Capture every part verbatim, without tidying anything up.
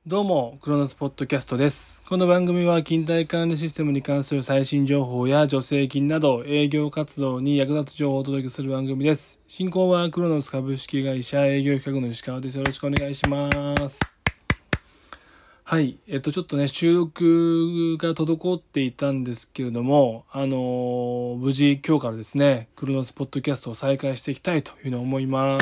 どうも、クロノスポッドキャストです。この番組は勤怠管理システムに関する最新情報や助成金など営業活動に役立つ情報をお届けする番組です。進行はクロノス株式会社営業企画の石川です。よろしくお願いします。はい。えっと、ちょっとね、収録が滞っていたんですけれども、あのー、無事今日からですね、クロノスポッドキャストを再開していきたいというふうに思います。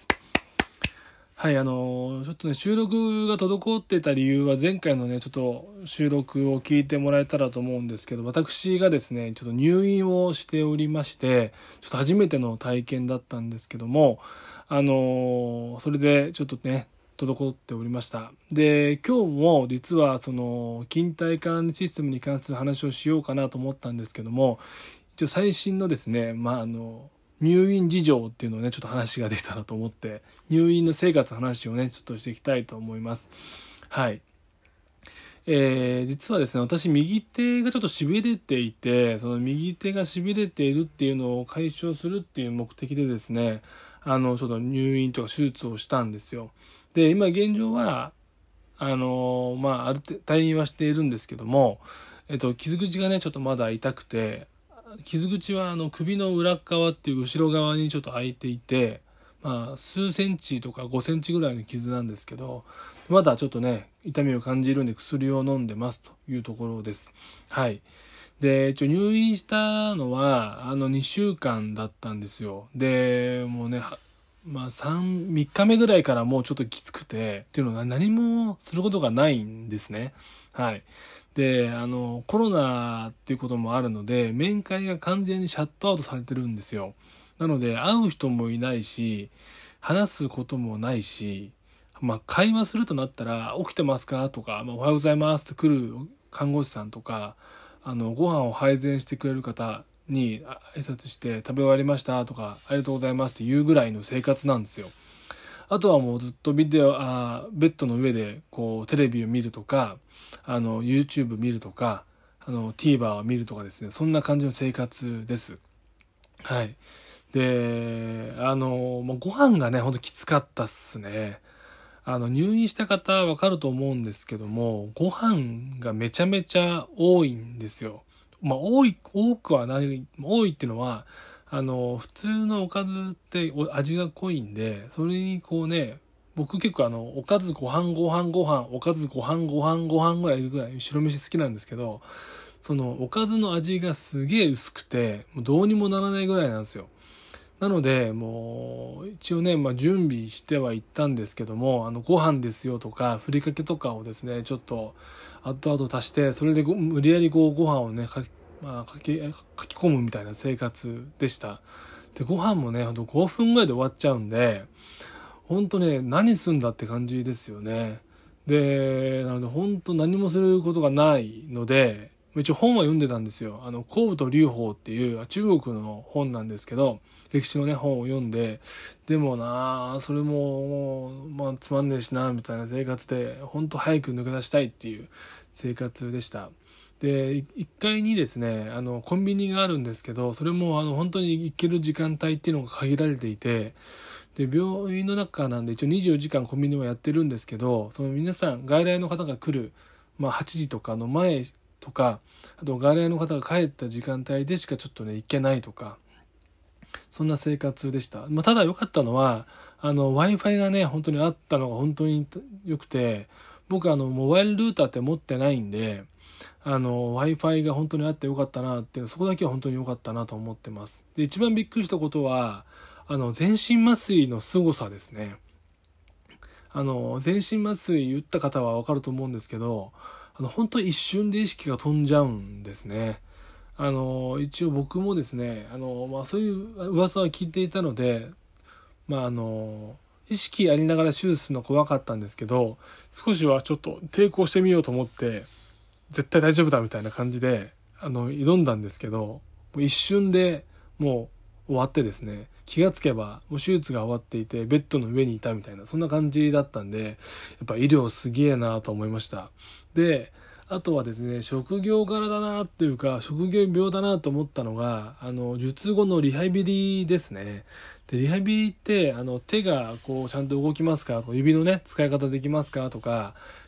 はい、あのちょっとね収録が滞ってた理由は前回のねちょっと収録を聞いてもらえたらと思うんですけど、私がですねちょっと入院をしておりまして、ちょっと初めての体験だったんですけども、あのそれでちょっとね滞っておりました。で、今日も実はその勤怠管理システムに関する話をしようかなと思ったんですけども、一応最新のですねまああの入院事情っていうのをねちょっと話ができたらと思って、入院の生活の話をねちょっとしていきたいと思います。はい。えー、実はですね私右手がちょっとしびれていて、その右手がしびれているっていうのを解消するっていう目的でですね、あのちょっと入院とか手術をしたんですよ。で、今現状はあのまあある程度退院はしているんですけども、えっと傷口がねちょっとまだ痛くて、傷口はあの首の裏側っていう後ろ側にちょっと開いていて、まあ、数センチとかごセンチぐらいの傷なんですけど、まだちょっとね痛みを感じるんで薬を飲んでますというところです。はい。で、一応入院したのはあのにしゅうかんだったんですよ。でもうねまあさん、みっかめぐらいからもうちょっときつくてっていうのは何もすることがないんですね。はい。で、あのコロナっていうこともあるので面会が完全にシャットアウトされてるんですよ。なので会う人もいないし話すこともないし、まあ会話するとなったら起きてますかとか、まあ、おはようございますって来る看護師さんとか、あのご飯を配膳してくれる方に挨拶して食べ終わりましたとかありがとうございますって言うぐらいの生活なんですよ。あとはもうずっとビデオあベッドの上でこうテレビを見るとか、あの YouTube 見るとか、あの TVer を見るとかですね、そんな感じの生活です。はい。で、あのもうご飯がねほんときつかったっすね。あの入院した方わかると思うんですけども、ご飯がめちゃめちゃ多いんですよ。まあ多い多くはない、多いっていうのはあの普通のおかずって味が濃いんで、それにこうね、僕結構あのおかずご飯ご飯ご飯おかずご飯ご飯ご飯ぐらいぐらい白飯好きなんですけど、そのおかずの味がすげえ薄くてもうどうにもならないぐらいなんですよ。なのでもう一応ね、まあ、準備してはいったんですけども、あのご飯ですよとかふりかけとかをですねちょっと後々足して、それでご無理やりこうご飯をねか、まあ、かきかき込むみたいな生活でした。でご飯もねほんとごふんぐらいで終わっちゃうんで、本当ね何すんだって感じですよね。でなので本当何もすることがないので、一応本は読んでたんですよ。あの幸武と劉邦っていう中国の本なんですけど、歴史のね本を読んで、でもなそれもまあつまんねえしなみたいな生活で、本当早く抜け出したいっていう生活でした。でいっかいにですねあのコンビニがあるんですけど、それもあの本当に行ける時間帯っていうのが限られていて、で病院の中なんで一応にじゅうよじかんコンビニはやってるんですけど、その皆さん外来の方が来る、まあ、はちじとかの前とか、あと外来の方が帰った時間帯でしかちょっとね行けないとか、そんな生活でした。まあ、ただ良かったのはあの Wi-Fi がね本当にあったのが本当に良くて、僕あのモバイルルーターって持ってないんで、あの Wi-Fi が本当にあって良かったなっていう、そこだけは本当に良かったなと思ってます。で一番びっくりしたことはあの全身麻酔の凄さですね。あの全身麻酔打った方は分かると思うんですけど、あの本当一瞬で意識が飛んじゃうんですね。あの一応僕もですねあの、まあ、そういう噂は聞いていたので、まああの意識ありながら手術するの怖かったんですけど、少しはちょっと抵抗してみようと思って絶対大丈夫だみたいな感じであの挑んだんですけど、もう一瞬でもう終わってですね、気がつけばもう手術が終わっていてベッドの上にいたみたいな、そんな感じだったんで、やっぱ医療すげえなと思いました。であとはですね、職業柄だなっていうか職業病だなと思ったのが、あの術後のリハビリですね。でリハビリってあの手がこうちゃんと動きますかとか、指のね使い方できますかとか、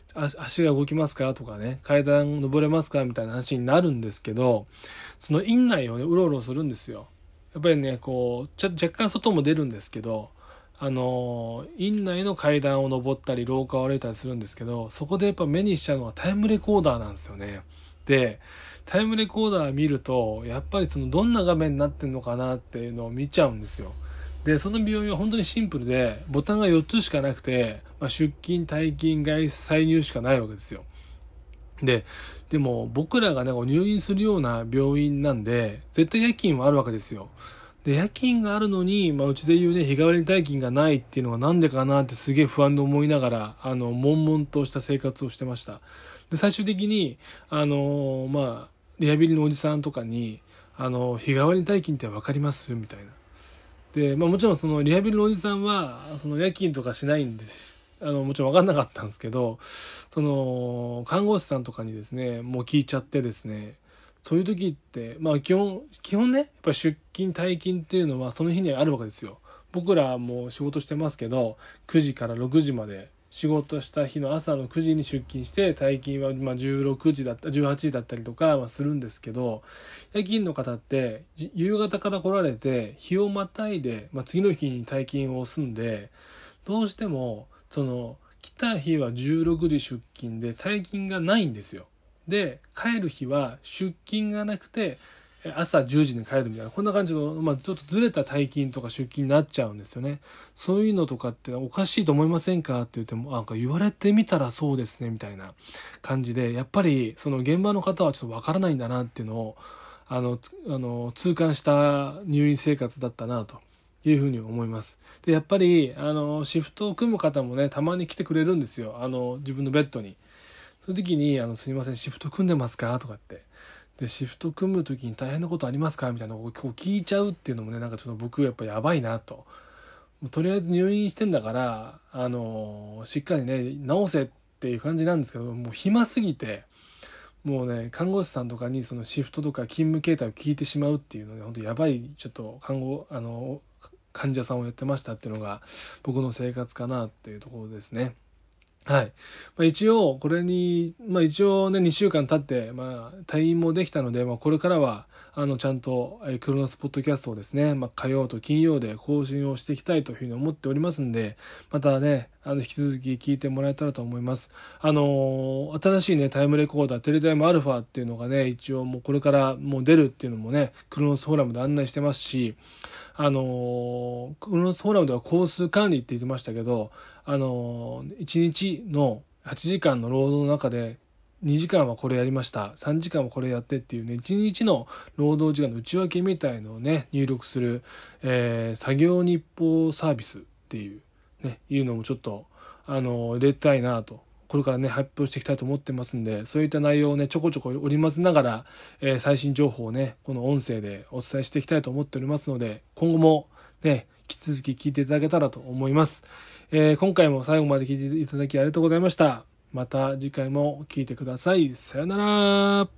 足が動きますかとかね、階段登れますかみたいな話になるんですけど、その院内をねうろうろするんですよ。やっぱりねこうちょ若干外も出るんですけど、あの院内の階段を登ったり廊下を歩いたりするんですけど、そこでやっぱ目にしちゃうのはタイムレコーダーなんですよね。でタイムレコーダー見るとやっぱりそのどんな画面になってんのかなっていうのを見ちゃうんですよ。でその病院は本当にシンプルでボタンがよっつしかなくて、まあ、出勤退勤外出歳入しかないわけですよ。ででも僕らがね入院するような病院なんで絶対夜勤はあるわけですよ。で夜勤があるのに、まあ、うちで言うね日替わり退勤がないっていうのがなんでかなってすげえ不安で思いながらあの悶々とした生活をしてました。で最終的にあのまあリハビリのおじさんとかにあの日替わり退勤って分かりますみたいな。で、まあ、もちろんそのリハビリのおじさんはその夜勤とかしないんです。あのもちろん分かんなかったんですけど、その看護師さんとかにですねもう聞いちゃってですね、そういう時ってまあ基本基本ねやっぱ出勤退勤っていうのはその日にあるわけですよ。僕らも仕事してますけどくじからろくじまで仕事した日の朝のくじに出勤して退勤はまあじゅうろくじだったじゅうはちじだったりとかはするんですけど、夜勤の方って夕方から来られて日をまたいで、まあ、次の日に退勤を押すんで、どうしてもその来た日はじゅうろくじ出勤で退勤がないんですよ。で帰る日は出勤がなくて朝じゅうじに帰るみたいな、こんな感じの、まあ、ちょっとずれた退勤とか出勤になっちゃうんですよね。そういうのとかっておかしいと思いませんかって言っても、なんか言われてみたらそうですねみたいな感じで、やっぱりその現場の方はちょっとわからないんだなっていうのをあのあの痛感した入院生活だったなというふうに思います。でやっぱりあのシフトを組む方もねたまに来てくれるんですよ、あの自分のベッドに。そういう時にあのすいませんシフト組んでますかとかって、でシフト組む時に大変なことありますかみたいなのをこう聞いちゃうっていうのもね、なんかちょっと僕やっぱやばいなと。もうとりあえず入院してんだからあのしっかりね治せっていう感じなんですけど、もう暇すぎてもうね看護師さんとかにそのシフトとか勤務形態を聞いてしまうっていうので本当やばいちょっと看護あの患者さんをやってましたっていうのが僕の生活かなっていうところですね。はい。まあ、一応、これに、まあ一応ね、にしゅうかん経って、まあ退院もできたので、まあこれからは、あの、ちゃんと、えー、クロノスポッドキャストをですね、まあ火曜と金曜で更新をしていきたいというふうに思っておりますんで、またね、あの、引き続き聞いてもらえたらと思います。あのー、新しいね、タイムレコーダー、テレタイムアルファっていうのがね、一応もうこれからもう出るっていうのもね、クロノスフォーラムで案内してますし、あのクロノスフォーラムでは工数管理って言ってましたけど、あのいちにちのはちじかんの労働の中でにじかんはこれやりました、さんじかんはこれやってっていうね、いちにちの労働時間の内訳みたいのをね入力する、えー、作業日報サービスっていうねいうのもちょっとあの入れたいなと、これからね発表していきたいと思ってますんで、そういった内容をねちょこちょこ織り交ぜながら、えー、最新情報をねこの音声でお伝えしていきたいと思っておりますので、今後もね引き続き聞いていただけたらと思います。えー、今回も最後まで聞いていただきありがとうございました。また次回も聞いてください。さよなら。